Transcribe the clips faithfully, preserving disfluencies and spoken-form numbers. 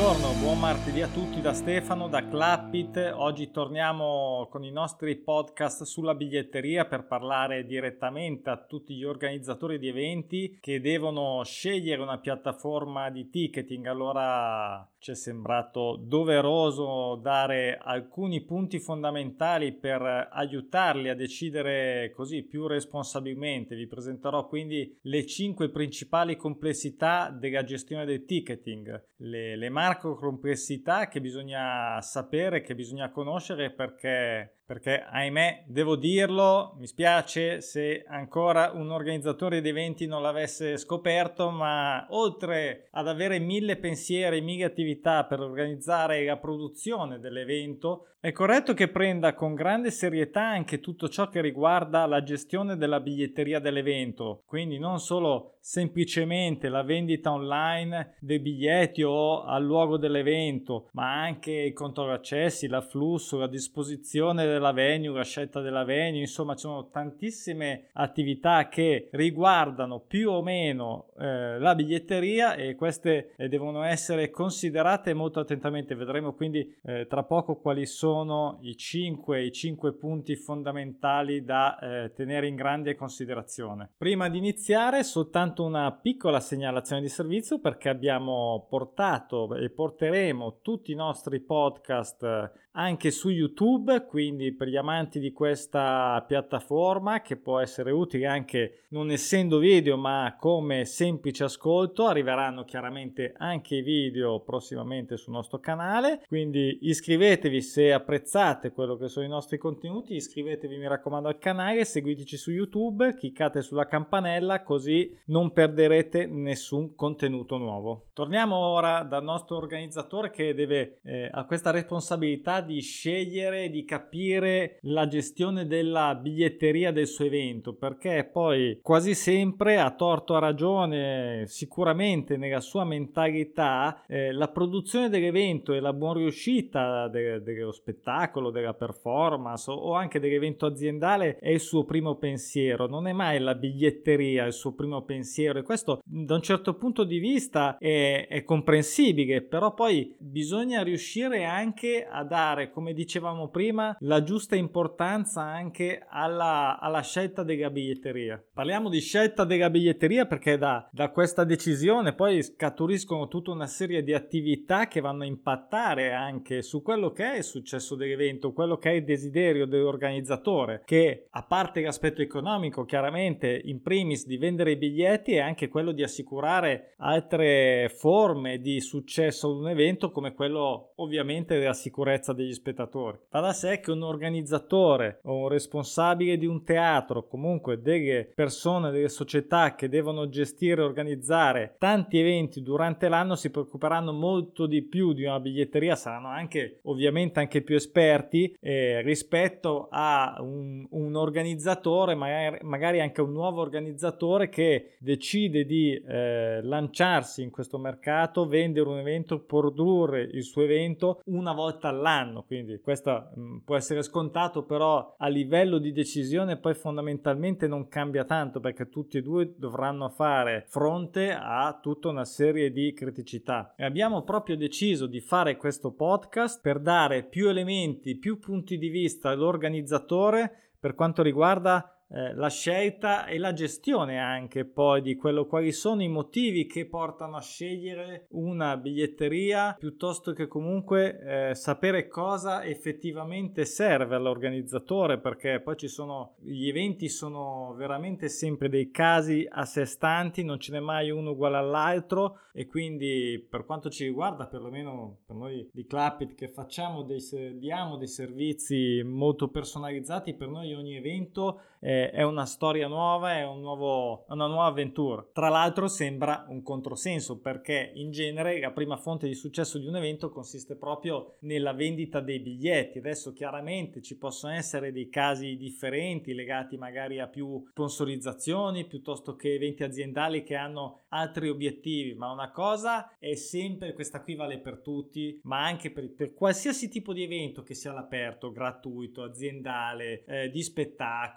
Buongiorno, buon martedì a tutti da Stefano, da Clappit. Oggi torniamo con i nostri podcast sulla biglietteria per parlare direttamente a tutti gli organizzatori di eventi che devono scegliere una piattaforma di ticketing. Allora ci è sembrato doveroso dare alcuni punti fondamentali per aiutarli a decidere così più responsabilmente. Vi presenterò quindi le cinque principali complessità della gestione del ticketing, le, le macro complessità che bisogna sapere, che bisogna conoscere perché perché ahimè devo dirlo, mi spiace se ancora un organizzatore di eventi non l'avesse scoperto, ma oltre ad avere mille pensieri, mille attività per organizzare la produzione dell'evento, è corretto che prenda con grande serietà anche tutto ciò che riguarda la gestione della biglietteria dell'evento, quindi non solo semplicemente la vendita online dei biglietti o al luogo dell'evento, ma anche i controlli accessi, l'afflusso, la disposizione della venue, la scelta della venue, insomma ci sono tantissime attività che riguardano più o meno eh, la biglietteria e queste eh, devono essere considerate molto attentamente. Vedremo quindi eh, tra poco quali sono i cinque, i cinque punti fondamentali da eh, tenere in grande considerazione. Prima di iniziare soltanto una piccola segnalazione di servizio, perché abbiamo portato e porteremo tutti i nostri podcast anche su YouTube, quindi per gli amanti di questa piattaforma che può essere utile anche non essendo video ma come semplice ascolto. Arriveranno chiaramente anche i video prossimamente sul nostro canale, quindi iscrivetevi se apprezzate quello che sono i nostri contenuti, iscrivetevi mi raccomando al canale, seguiteci su YouTube, cliccate sulla campanella così non perderete nessun contenuto nuovo. Torniamo ora dal nostro organizzatore che deve eh, ha questa responsabilità di scegliere, di capire la gestione della biglietteria del suo evento, perché poi quasi sempre, a torto o a ragione, sicuramente nella sua mentalità eh, la produzione dell'evento e la buona riuscita de- dello spettacolo, della performance o anche dell'evento aziendale è il suo primo pensiero, non è mai la biglietteria il suo primo pensiero, e questo da un certo punto di vista è, è comprensibile, però poi bisogna riuscire anche a dare, come dicevamo prima, la giusta importanza anche alla, alla scelta della biglietteria. Parliamo di scelta della biglietteria perché da, da questa decisione poi scaturiscono tutta una serie di attività che vanno a impattare anche su quello che è il successo dell'evento, quello che è il desiderio dell'organizzatore, che a parte l'aspetto economico chiaramente in primis di vendere i biglietti, è anche quello di assicurare altre forme di successo ad un evento, come quello ovviamente della sicurezza degli spettatori. Va da sé che un organizzatore o un responsabile di un teatro, comunque delle persone, delle società che devono gestire e organizzare tanti eventi durante l'anno, si preoccuperanno molto di più di una biglietteria, saranno anche ovviamente anche più esperti eh, rispetto a un, un organizzatore, magari, magari anche un nuovo organizzatore che decide di eh, lanciarsi in questo mercato, vendere un evento, produrre il suo evento una volta all'anno. Quindi questo mh, può essere scontato, però a livello di decisione poi fondamentalmente non cambia tanto, perché tutti e due dovranno fare fronte a tutta una serie di criticità. E abbiamo proprio deciso di fare questo podcast per dare più elementi, più punti di vista all'organizzatore per quanto riguarda Eh, la scelta e la gestione anche poi di quello, quali sono i motivi che portano a scegliere una biglietteria, piuttosto che comunque eh, sapere cosa effettivamente serve all'organizzatore, perché poi ci sono gli eventi, sono veramente sempre dei casi a sé stanti, non ce n'è mai uno uguale all'altro, e quindi per quanto ci riguarda, perlomeno per noi di Clappit che facciamo dei, diamo dei servizi molto personalizzati, per noi ogni evento eh, è una storia nuova, è un nuovo, una nuova avventura. Tra l'altro sembra un controsenso, perché in genere la prima fonte di successo di un evento consiste proprio nella vendita dei biglietti. Adesso chiaramente ci possono essere dei casi differenti legati magari a più sponsorizzazioni piuttosto che eventi aziendali che hanno altri obiettivi, ma una cosa è sempre, questa qui vale per tutti, ma anche per, per qualsiasi tipo di evento che sia all'aperto, gratuito, aziendale, eh, di spettacolo,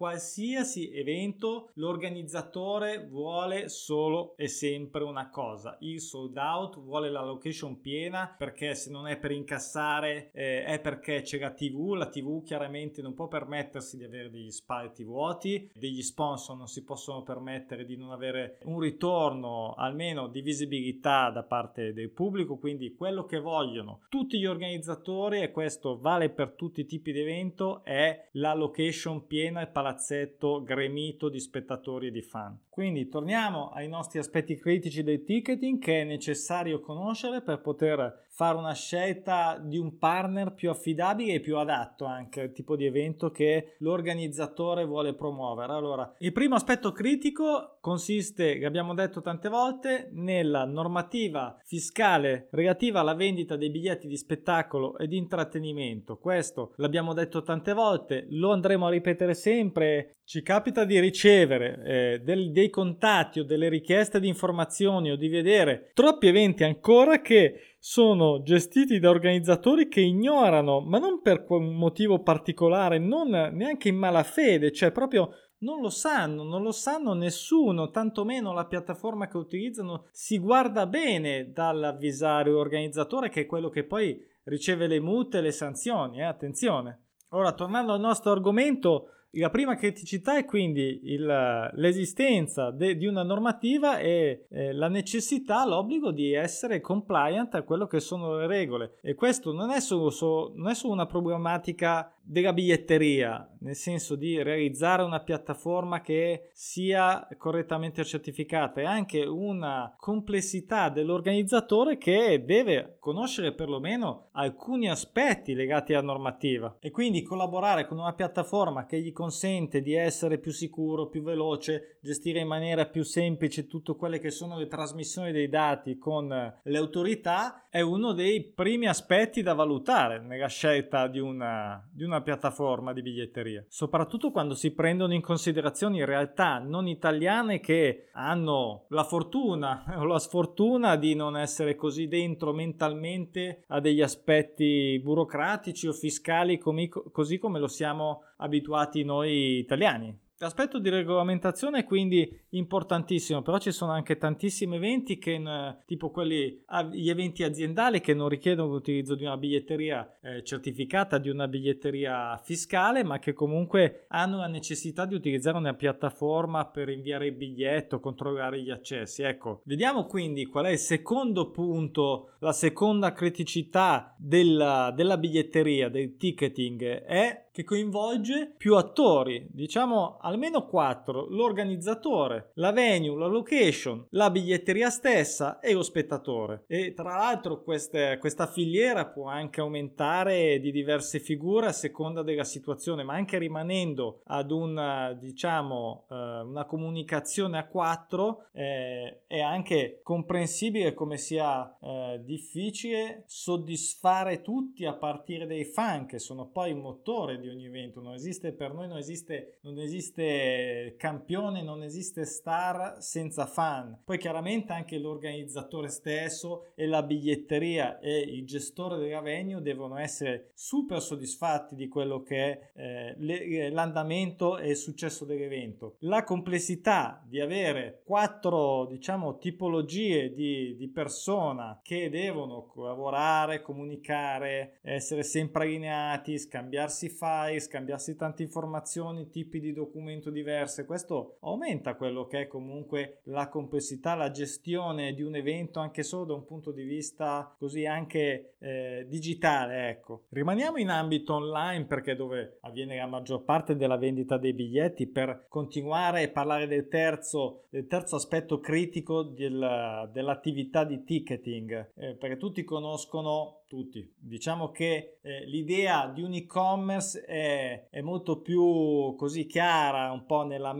qualsiasi evento l'organizzatore vuole solo e sempre una cosa: il sold out, vuole la location piena, perché se non è per incassare eh, è perché c'è la tivù. La tivù chiaramente non può permettersi di avere degli spalti vuoti, degli sponsor non si possono permettere di non avere un ritorno almeno di visibilità da parte del pubblico, quindi quello che vogliono tutti gli organizzatori, e questo vale per tutti i tipi di evento, è la location piena, il palazzetto gremito di spettatori e di fan. Quindi torniamo ai nostri aspetti critici del ticketing che è necessario conoscere per poter fare una scelta di un partner più affidabile e più adatto anche al tipo di evento che l'organizzatore vuole promuovere. Allora, il primo aspetto critico consiste, abbiamo detto tante volte, nella normativa fiscale relativa alla vendita dei biglietti di spettacolo e di intrattenimento. Questo l'abbiamo detto tante volte, lo andremo a ripetere sempre. Ci capita di ricevere eh, del, dei contatti o delle richieste di informazioni o di vedere troppi eventi ancora che sono gestiti da organizzatori che ignorano, ma non per un motivo particolare, non neanche in malafede, cioè proprio non lo sanno, non lo sanno nessuno, tantomeno la piattaforma che utilizzano si guarda bene dall'avvisare l'organizzatore, che è quello che poi riceve le multe e le sanzioni, eh? Attenzione. Ora, tornando al nostro argomento, la prima criticità è quindi il, l'esistenza de, di una normativa e eh, la necessità, l'obbligo di essere compliant a quello che sono le regole. E questo non è solo, so, non è solo una problematica della biglietteria, nel senso di realizzare una piattaforma che sia correttamente certificata, è anche una complessità dell'organizzatore che deve conoscere perlomeno alcuni aspetti legati alla normativa e quindi collaborare con una piattaforma che gli consente di essere più sicuro, più veloce, gestire in maniera più semplice tutte quelle che sono le trasmissioni dei dati con le autorità, è uno dei primi aspetti da valutare nella scelta di una, di una piattaforma di biglietteria, soprattutto quando si prendono in considerazione realtà non italiane che hanno la fortuna o la sfortuna di non essere così dentro mentalmente a degli aspetti burocratici o fiscali come, così come lo siamo abituati noi italiani. L'aspetto di regolamentazione è quindi importantissimo, però ci sono anche tantissimi eventi che, tipo quelli, gli eventi aziendali che non richiedono l'utilizzo di una biglietteria eh, certificata, di una biglietteria fiscale, ma che comunque hanno la necessità di utilizzare una piattaforma per inviare il biglietto, controllare gli accessi. Ecco, vediamo quindi qual è il secondo punto, la seconda criticità della, della biglietteria, del ticketing, è che coinvolge più attori, diciamo almeno quattro: l'organizzatore, la venue, la location, la biglietteria stessa e lo spettatore. E tra l'altro queste, questa filiera può anche aumentare di diverse figure a seconda della situazione, ma anche rimanendo ad un, diciamo, eh, una comunicazione a quattro, eh, è anche comprensibile come sia eh, difficile soddisfare tutti, a partire dai fan che sono poi il motore di ogni evento. Non esiste, per noi non esiste, non esiste campione, non esiste star senza fan. Poi chiaramente anche l'organizzatore stesso e la biglietteria e il gestore della venue devono essere super soddisfatti di quello che è eh, l'andamento e il successo dell'evento. La complessità di avere quattro, diciamo, tipologie di, di persona che devono lavorare, comunicare, essere sempre allineati, scambiarsi file, scambiarsi tante informazioni, tipi di documento diverse. Questo aumenta quello che è comunque la complessità, la gestione di un evento, anche solo da un punto di vista così anche eh, digitale. Ecco, rimaniamo in ambito online perché è dove avviene la maggior parte della vendita dei biglietti, per continuare a parlare del terzo, del terzo aspetto critico del, dell'attività di ticketing, eh, perché tutti conoscono tutti. Diciamo che eh, l'idea di un e-commerce è, è molto più così chiara un po' nella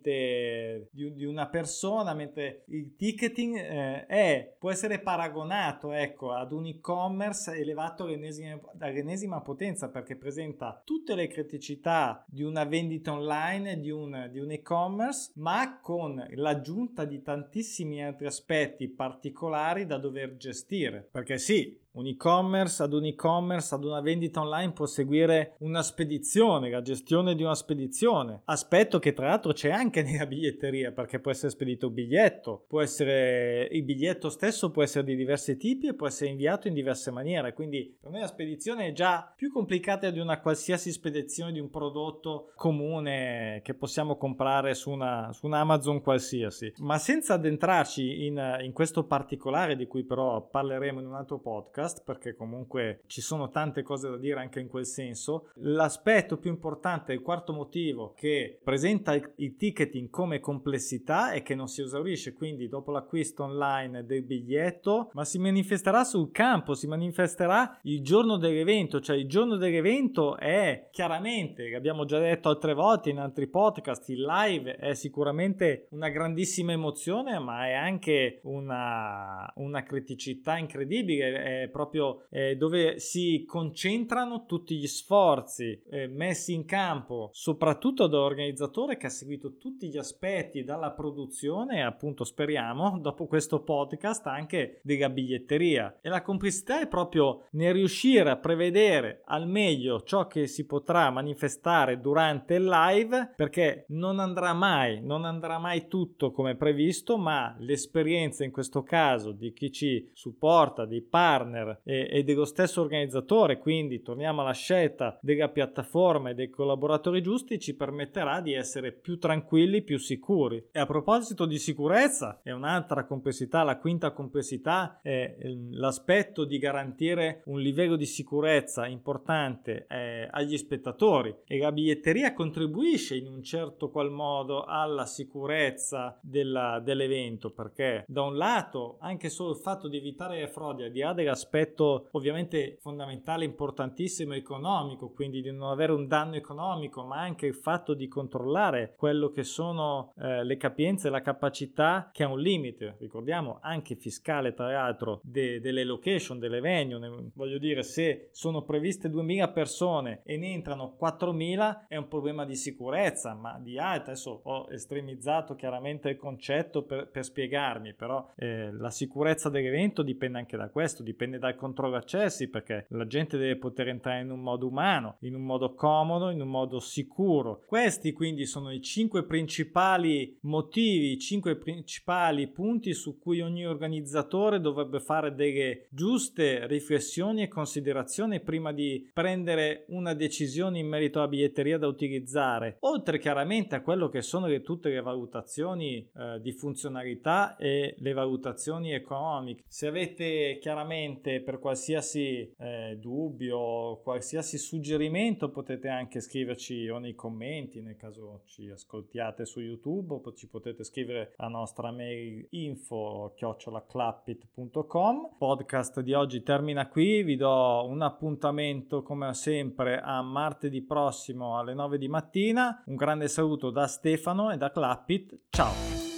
mente di, di una persona, mentre il ticketing eh, è, può essere paragonato, ecco, ad un e-commerce elevato all'ennesima, all'ennesima potenza, perché presenta tutte le criticità di una vendita online, di un, di un e-commerce, ma con l'aggiunta di tantissimi altri aspetti particolari da dover gestire. Perché sì, un e-commerce, ad un e-commerce, ad una vendita online può seguire una spedizione, la gestione di una spedizione, aspetto che tra l'altro c'è anche nella biglietteria, perché può essere spedito un biglietto, può essere il biglietto stesso può essere di diversi tipi e può essere inviato in diverse maniere, quindi per me la spedizione è già più complicata di una qualsiasi spedizione di un prodotto comune che possiamo comprare su una, su una Amazon qualsiasi. Ma senza addentrarci in, in questo particolare, di cui però parleremo in un altro podcast, perché comunque ci sono tante cose da dire anche in quel senso, l'aspetto più importante, il quarto motivo che presenta il, il ticketing come complessità è che non si esaurisce quindi dopo l'acquisto online del biglietto, ma si manifesterà sul campo, si manifesterà il giorno dell'evento, cioè il giorno dell'evento è chiaramente, l'abbiamo già detto altre volte in altri podcast, il live è sicuramente una grandissima emozione, ma è anche una, una criticità incredibile, è proprio eh, dove si concentrano tutti gli sforzi eh, messi in campo, soprattutto dall'organizzatore che ha seguito tutti gli aspetti dalla produzione, appunto speriamo, dopo questo podcast anche della biglietteria. E la complessità è proprio nel riuscire a prevedere al meglio ciò che si potrà manifestare durante il live, perché non andrà mai, non andrà mai tutto come previsto, ma l'esperienza in questo caso di chi ci supporta, dei partner e, e dello stesso organizzatore, quindi torniamo alla scelta della piattaforma e dei collaboratori giusti, ci permetterà di essere più tranquilli, più sicuri. E a proposito di sicurezza, è un'altra complessità, la quinta complessità è l'aspetto di garantire un livello di sicurezza importante eh, agli spettatori, e la biglietteria contribuisce in un certo qual modo alla sicurezza della, dell'evento, perché da un lato anche solo il fatto di evitare le frodi, al di là dell'aspetto ovviamente fondamentale, importantissimo, economico, quindi di non avere un danno economico, ma anche il fatto di controllare quello che sono eh, le capienze, la capacità, che ha un limite, ricordiamo anche fiscale tra l'altro, de, delle location, delle venue. Ne, voglio dire, se sono previste duemila persone e ne entrano quattromila è un problema di sicurezza, ma di alta. Adesso ho estremizzato chiaramente il concetto per, per spiegarmi, però eh, la sicurezza dell'evento dipende anche da questo, dipende dal controllo accessi, perché la gente deve poter entrare in un modo umano, in un modo comodo, in un modo sicuro. Questi quindi sono i cinque principali motivi, i cinque principali punti su cui ogni organizzatore dovrebbe fare delle giuste riflessioni e considerazioni prima di prendere una decisione in merito alla biglietteria da utilizzare, oltre chiaramente a quello che sono le, tutte le valutazioni eh, di funzionalità e le valutazioni economiche. Se avete chiaramente per qualsiasi eh, dubbio, qualsiasi suggerimento, potete anche scriverci o nei commenti, nel caso ci ascoltiate su YouTube, o ci potete scrivere alla nostra mail info chiocciola clappit punto com. Il podcast di oggi termina qui, vi do un appuntamento come sempre a martedì prossimo alle nove di mattina. Un grande saluto da Stefano e da Clappit, ciao!